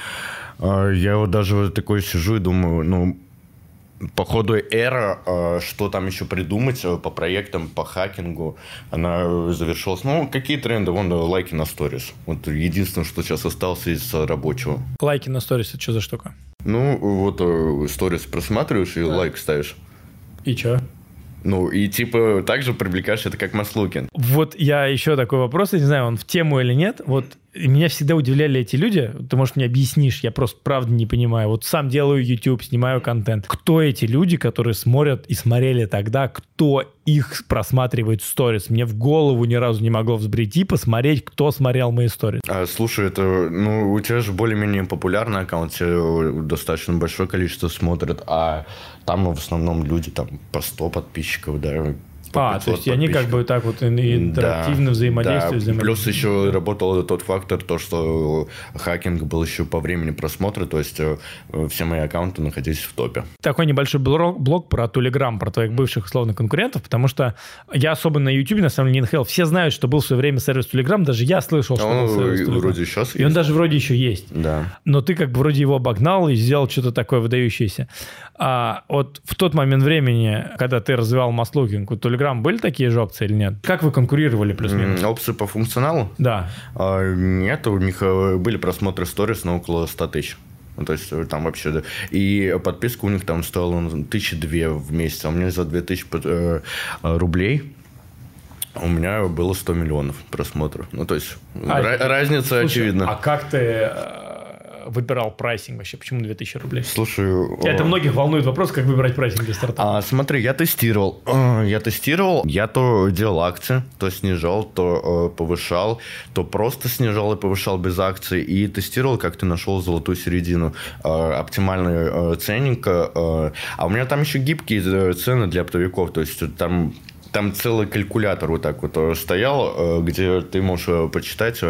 Я вот даже вот такой сижу и думаю, ну, по ходу эра, что там еще придумать по проектам, по хакингу, она завершилась. Ну, какие тренды? Вон, лайки на сторис. Вот единственное, что сейчас осталось из рабочего. Лайки на сторис, это что за штука? Ну, вот сторис просматриваешь и да. лайк ставишь. И что? Ну, и типа также привлекаешь это как Маслукин. Вот я еще такой вопрос, я не знаю, он в тему или нет. Вот меня всегда удивляли эти люди. Ты, может, мне объяснишь, я просто правда не понимаю. Вот сам делаю YouTube, снимаю контент. Кто эти люди, которые смотрят и смотрели тогда, кто их просматривает сторис? Мне в голову ни разу не могло взбрести посмотреть, кто смотрел мои сторис. А, слушай, это, ну, у тебя же более-менее популярный аккаунт, тебе достаточно большое количество смотрят, а там в основном люди там по сто подписчиков, да. А, то есть они как бы так вот интерактивно да, взаимодействуют. Да. Плюс еще работал тот фактор, то, что хакинг был еще по времени просмотра, то есть все мои аккаунты находились в топе. Такой небольшой блог про Telegram, про твоих бывших условно конкурентов, потому что я особо на YouTube на самом деле не находил. Все знают, что был в свое время сервис Telegram, даже я слышал, что он был сервис Telegram. Вроде сейчас и есть. Он даже вроде еще есть. Да. Но ты как бы вроде его обогнал и сделал что-то такое выдающееся. А вот в тот момент времени, когда ты развивал Маслукинг, у Telegram были такие же опции или нет? Как вы конкурировали плюс-минус? Опции по функционалу? Да. А, нет, у них были просмотры сторис на около сто тысяч. Ну, то есть там вообще... Да. И подписка у них там стоила тысячи две в месяц, а у меня за две тысячи рублей у меня было сто миллионов просмотров. Ну, то есть а, ra- разница слушай, очевидна. А как ты выбирал прайсинг вообще? Почему две тысячи рублей? Слушай... Это многих волнует вопрос, как выбирать прайсинг для стартапа. А, смотри, я тестировал. Я тестировал, я то делал акции, то снижал, то повышал, то просто снижал и повышал без акций. И тестировал, как ты нашел золотую середину. Оптимальный ценник. А у меня там еще гибкие цены для оптовиков. То есть там... Там целый калькулятор вот так вот стоял, где ты можешь почитать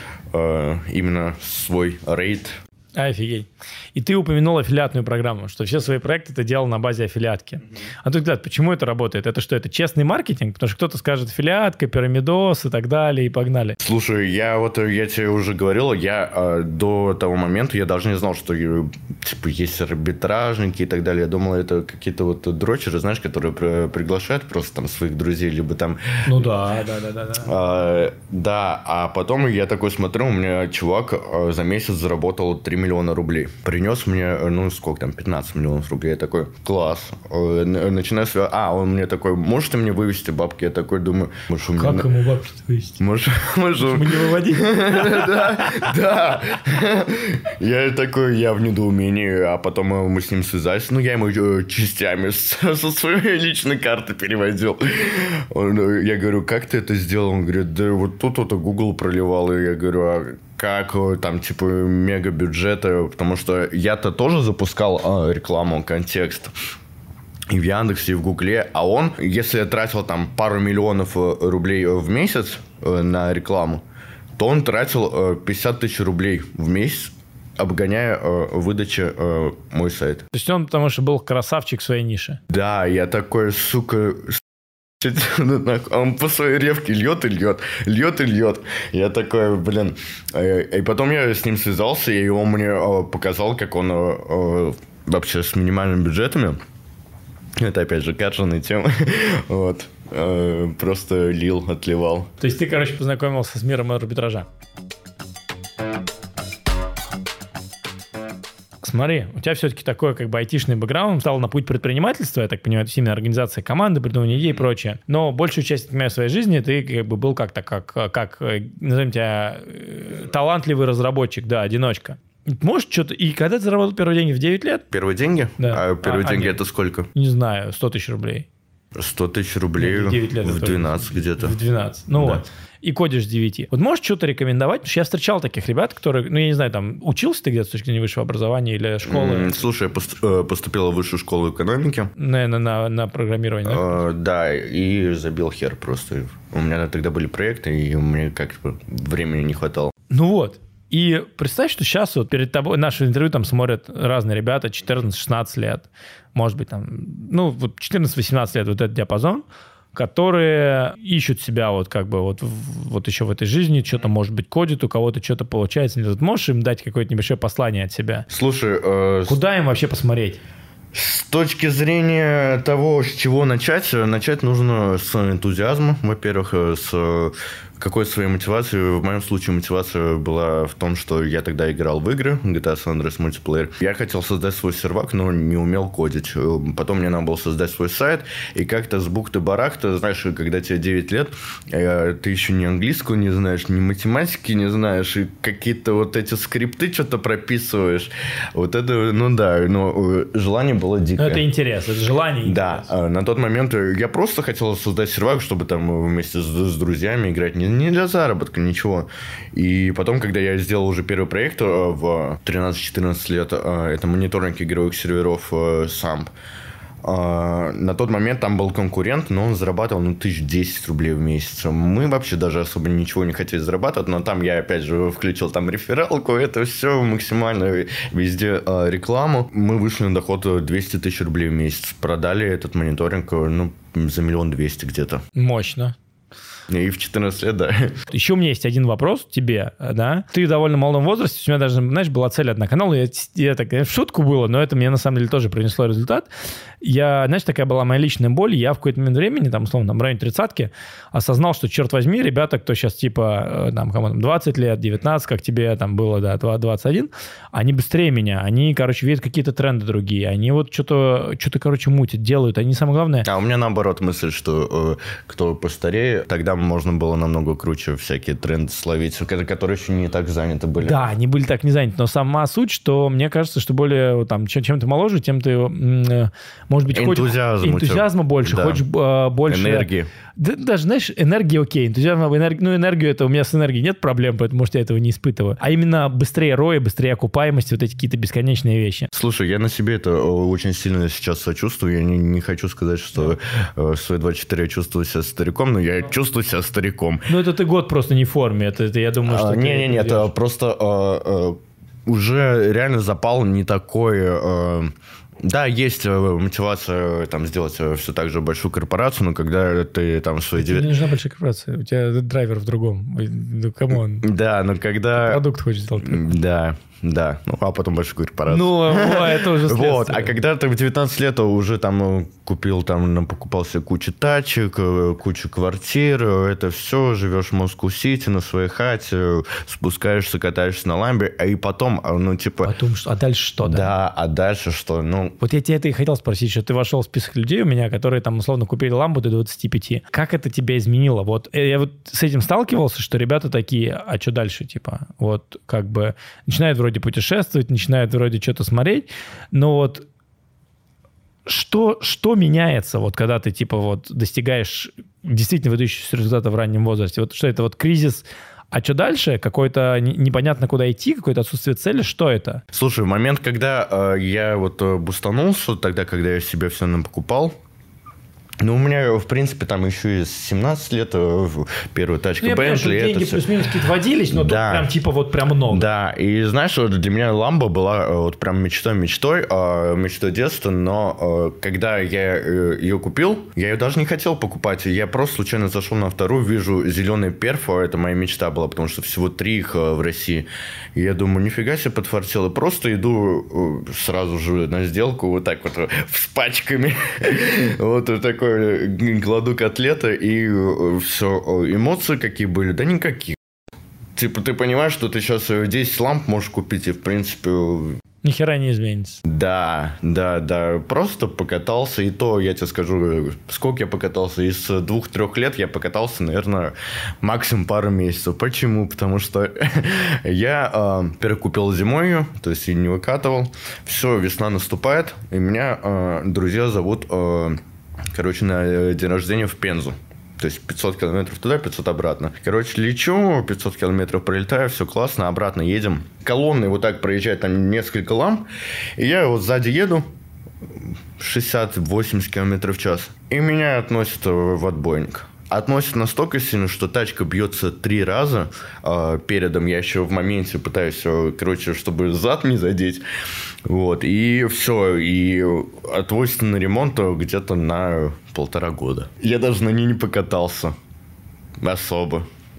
именно свой рейт. Офигеть. И ты упомянул аффилиатную программу, что все свои проекты ты делал на базе аффилиатки. Mm-hmm. А тут, взгляд, почему это работает? Это что, это честный маркетинг? Потому что кто-то скажет аффилиатка, пирамидос и так далее, и погнали. Слушай, я вот, я тебе уже говорил, я э, до того момента, я даже не знал, что типа, есть арбитражники и так далее. Я думал, это какие-то вот дрочеры, знаешь, которые при, приглашают просто там своих друзей, либо там... Ну да, да, да, да. Да, э, да, а потом я такой смотрю, у меня чувак э, за месяц заработал три миллиона рублей. Принес мне, ну, сколько там, пятнадцать миллионов рублей. Я такой, класс. Начинаю связь. А, он мне такой, можешь ты мне вывести бабки? Я такой думаю, может, у меня... Как ему бабки вывести? Может, может... Мы не выводить? Да, да. Я такой, я в недоумении, а потом мы с ним связались. Ну, я ему частями со своей личной карты переводил. Я говорю, как ты это сделал? Он говорит, да вот тут вот Google проливал. И я говорю, а как там, типа, мега бюджеты? Потому что я-то тоже запускал а, рекламу, контекст. И в Яндексе, и в Гугле. А он, если я тратил там пару миллионов рублей в месяц на рекламу, то он тратил пятьдесят тысяч рублей в месяц, обгоняя э, выдачи э, мой сайт. То есть он потому что был красавчик в своей нише. Да, я такой, сука... Он по своей ревке льет и льет, льет и льет. Я такой, блин. И потом я с ним связался, и он мне показал, как он вообще с минимальными бюджетами. Это, опять же, кадженная тема. Вот. Просто лил, отливал. То есть ты, короче, познакомился с миром арбитража. Смотри, у тебя все-таки такой как бы айтишный бэкграунд, стал на путь предпринимательства, я так понимаю, это именно организация команды, придумывание идей и прочее. Но большую часть понимаю, своей жизни ты как бы был как-то как, как, назовем тебя, талантливый разработчик, да, одиночка. Можешь что-то... И когда ты заработал первые деньги? В девять лет? Первые деньги? Да. А первые а, деньги а, это сколько? Не знаю, сто тысяч рублей. сто тысяч рублей Нет, девять лет в двенадцать где-то. В двенадцать. Ну да. Вот. И кодишь с девяти. Вот можешь что-то рекомендовать? Потому что я встречал таких ребят, которые, ну, я не знаю, там, учился ты где-то с точки зрения высшего образования или школы? Mm, слушай, я поступил в высшую школу экономики. Наверное, на, на программирование, да? Uh, да, и забил хер просто. У меня тогда были проекты, и мне как-то времени не хватало. Ну вот. И представь, что сейчас вот перед тобой наше интервью там смотрят разные ребята, четырнадцать-шестнадцать лет, может быть, там, ну, вот четырнадцать-восемнадцать лет, вот этот диапазон, которые ищут себя вот как бы вот, вот еще в этой жизни, что-то, может быть, кодят, у кого-то что-то получается. Вот можешь им дать какое-то небольшое послание от себя? Слушай... Э, Куда им вообще посмотреть? С точки зрения того, с чего начать, начать нужно с энтузиазма, во-первых, с какой своей мотивации. В моем случае мотивация была в том, что я тогда играл в игры, джи ти эй San Andreas Multiplayer. Я хотел создать свой сервак, но не умел кодить. Потом мне надо было создать свой сайт, и как-то с бухты-барахта, знаешь, когда тебе девять лет, ты еще ни английского не знаешь, ни математики не знаешь, и какие-то вот эти скрипты что-то прописываешь. Вот это, ну да, но желание было дикое. Это интерес, это желание. Да, на тот момент я просто хотел создать сервак, чтобы там вместе с, с друзьями играть. Не, не для заработка, ничего. И потом, когда я сделал уже первый проект в тринадцать-четырнадцать лет, это мониторинг игровых серверов самп. На тот момент там был конкурент, но он зарабатывал ну, тысяч десять рублей в месяц. Мы вообще даже особо ничего не хотели зарабатывать, но там я опять же включил там рефералку, это все максимально везде рекламу. Мы вышли на доход двести тысяч рублей в месяц. Продали этот мониторинг ну, за миллион двести где-то. Мощно. И в четырнадцать лет, да. Еще у меня есть один вопрос тебе, да. Ты в довольно молодом возрасте, у меня даже, знаешь, была цель одна канала, я, я так, в шутку было, но это мне на самом деле тоже принесло результат. Я, знаешь, такая была моя личная боль, я в какой-то момент времени, там, условно, там, в районе тридцатки, осознал, что, черт возьми, ребята, кто сейчас, типа, там, кому там двадцать лет, девятнадцать, как тебе там было, да, двадцать один, они быстрее меня, они, короче, видят какие-то тренды другие, они вот что-то, что-то, короче, мутят, делают, они, самое главное... А у меня, наоборот, мысль, что э, кто постарее, тогда можно было намного круче всякие тренды словить, которые еще не так заняты были. Да, они были так не заняты, но сама суть, что мне кажется, что более, там, чем, чем ты моложе, тем ты, может быть, энтузиазм хочешь... Энтузиазма больше, да. Хочешь э, больше... Энергии. Да, даже, знаешь, энергия окей, энтузиазм, энерг... ну, энергию, это у меня с энергией нет проблем, поэтому что я этого не испытываю. А именно быстрее роя, быстрее окупаемости, вот эти какие-то бесконечные вещи. Слушай, я на себе это очень сильно сейчас сочувствую. Я не, не хочу сказать, что да. в свои двадцать четыре я чувствую себя стариком, но я чувствую себя стариком. Ну, это ты год просто не в форме. Это, это я думаю, что... Не-не-не, это просто а, а, уже реально запал не такой... А, да, есть мотивация там, сделать все так же большую корпорацию, но когда ты там в свои... Тебе не нужна большая корпорация, у тебя драйвер в другом. Ну, камон. Да, но когда... Продукт хочешь сделать. Да, Да, ну а потом большую корпорацию. Ну, о, это уже следствие. Вот, а когда ты в девятнадцать лет уже там купил, там покупался кучу тачек, кучу квартир, это все, живешь в Москву-Сити на своей хате, спускаешься, катаешься на ламбе, а и потом, ну типа... Потом что? А дальше что, да? Да, а дальше что? Ну... Вот я тебе это и хотел спросить, что ты вошел в список людей у меня, которые там условно купили ламбу до двадцати пяти. Как это тебя изменило? Вот я вот с этим сталкивался, что ребята такие, а что дальше, типа? Вот как бы начинают вроде путешествовать, начинают вроде что-то смотреть, но вот что, что меняется, вот когда ты типа вот достигаешь действительно выдающихся результатов в раннем возрасте? Вот что это, вот кризис, а что дальше? Какой-то непонятно куда идти, какое-то отсутствие цели, что это? Слушай, в момент, когда э, я вот э, бустанулся, тогда, когда я себе все покупал, ну, у меня, в принципе, там еще и с семнадцати лет первая тачка ну, Bentley. Деньги плюс-минус какие-то водились, но да. тут прям типа вот прям много. Да, и знаешь, вот для меня ламба была вот прям мечтой-мечтой, мечтой детства, но когда я ее купил, я ее даже не хотел покупать. Я просто случайно зашел на вторую, вижу зеленый перфо, это моя мечта была, потому что всего три их в России. И я думаю, нифига себе подфартило. Просто иду сразу же на сделку вот так вот с пачками. Вот такой кладу котлеты, и все. Эмоции какие были? Да никаких. Типа ты понимаешь, что ты сейчас десять ламп можешь купить, и в принципе... Ни хера не изменится. Да, да, да. Просто покатался, и то, я тебе скажу, сколько я покатался. Из двух-трех лет я покатался, наверное, максимум пару месяцев. Почему? Потому что я э, перекупил зимой, то есть и не выкатывал. Все, весна наступает, и меня э, друзья зовут... Э, Короче, на день рождения в Пензу. То есть пятьсот километров туда, пятьсот обратно. Короче, лечу, пятьсот километров пролетаю, все классно, обратно едем. Колонны вот так проезжают, там несколько ламп. И я вот сзади еду, шестьдесят-восемьдесят километров в час. И меня относят в отбойник. Относят настолько сильно, что тачка бьется три раза э, передом. Я еще в моменте пытаюсь, э, короче, чтобы зад не задеть. Вот, и все. И отвозят на ремонт где-то на полтора года. Я даже на ней не покатался. Особо.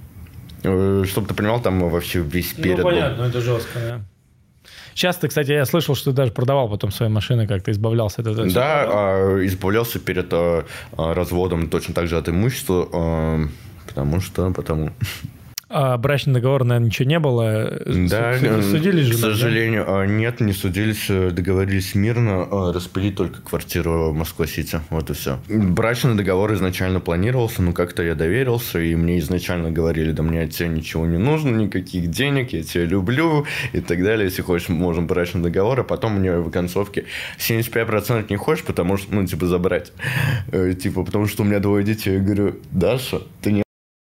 Э, чтобы ты понимал, там вообще весь перед. Ну, понятно, был. Это жестко, да. Сейчас ты, кстати, я слышал, что ты даже продавал потом свои машины, как ты избавлялся от этого. Да, а, избавлялся перед а, разводом точно так же от имущества, а, потому что... потому. А брачный договор, наверное, ничего не было? Да, судились же? К сожалению, да? Нет, не судились, договорились мирно распилить только квартиру в Москва-Сити, вот и все. Брачный договор изначально планировался, но как-то я доверился, и мне изначально говорили, да мне от тебя ничего не нужно, никаких денег, я тебя люблю, и так далее, если хочешь, можем брачный договор, а потом мне в концовке семьдесят пять процентов не хочешь, потому что, ну, типа, забрать, типа, потому что у меня двое детей, я говорю, Даша, ты не...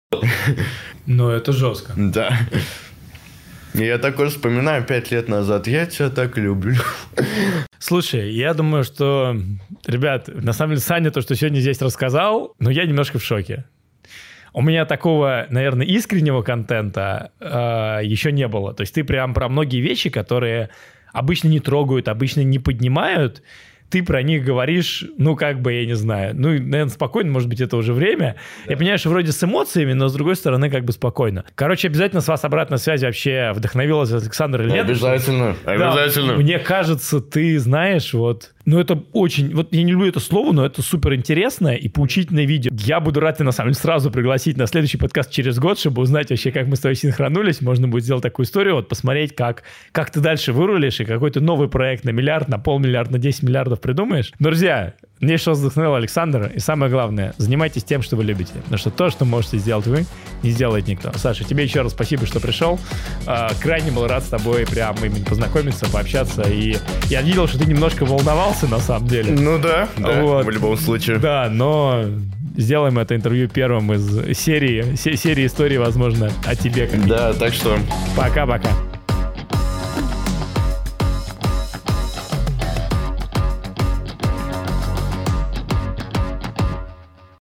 Ну, это жестко. Да. Я такой вспоминаю пять лет назад. Я тебя так люблю. Слушай, я думаю, что... Ребят, на самом деле, Саня то, что сегодня здесь рассказал, но я немножко в шоке. У меня такого, наверное, искреннего контента э, еще не было. То есть ты прям про многие вещи, которые обычно не трогают, обычно не поднимают, ты про них говоришь, ну, как бы, я не знаю, ну, наверное, спокойно, может быть, это уже время. Да. Я понимаю, что вроде с эмоциями, но, с другой стороны, как бы спокойно. Короче, обязательно с вас обратная связь вообще вдохновилась Александр или нет? Обязательно, обязательно. Да, мне кажется, ты знаешь, вот... Ну, это очень... Вот я не люблю это слово, но это супер интересное и поучительное видео. Я буду рад тебя, на самом деле, сразу пригласить на следующий подкаст через год, чтобы узнать вообще, как мы с тобой синхронулись. Можно будет сделать такую историю, вот посмотреть, как, как ты дальше вырулишь и какой-то новый проект на миллиард, на полмиллиарда, на десять миллиардов придумаешь. Друзья, мне что вдохновил Александр. И самое главное, занимайтесь тем, что вы любите. Потому что то, что можете сделать вы, не сделает никто. Саша, тебе еще раз спасибо, что пришел. Крайне был рад с тобой прям именно познакомиться, пообщаться. И я видел, что ты немножко волновался на самом деле. Ну да, да вот. В любом случае. Да, но сделаем это интервью первым из серии, серии истории, возможно, о тебе. Да, так что... Пока-пока.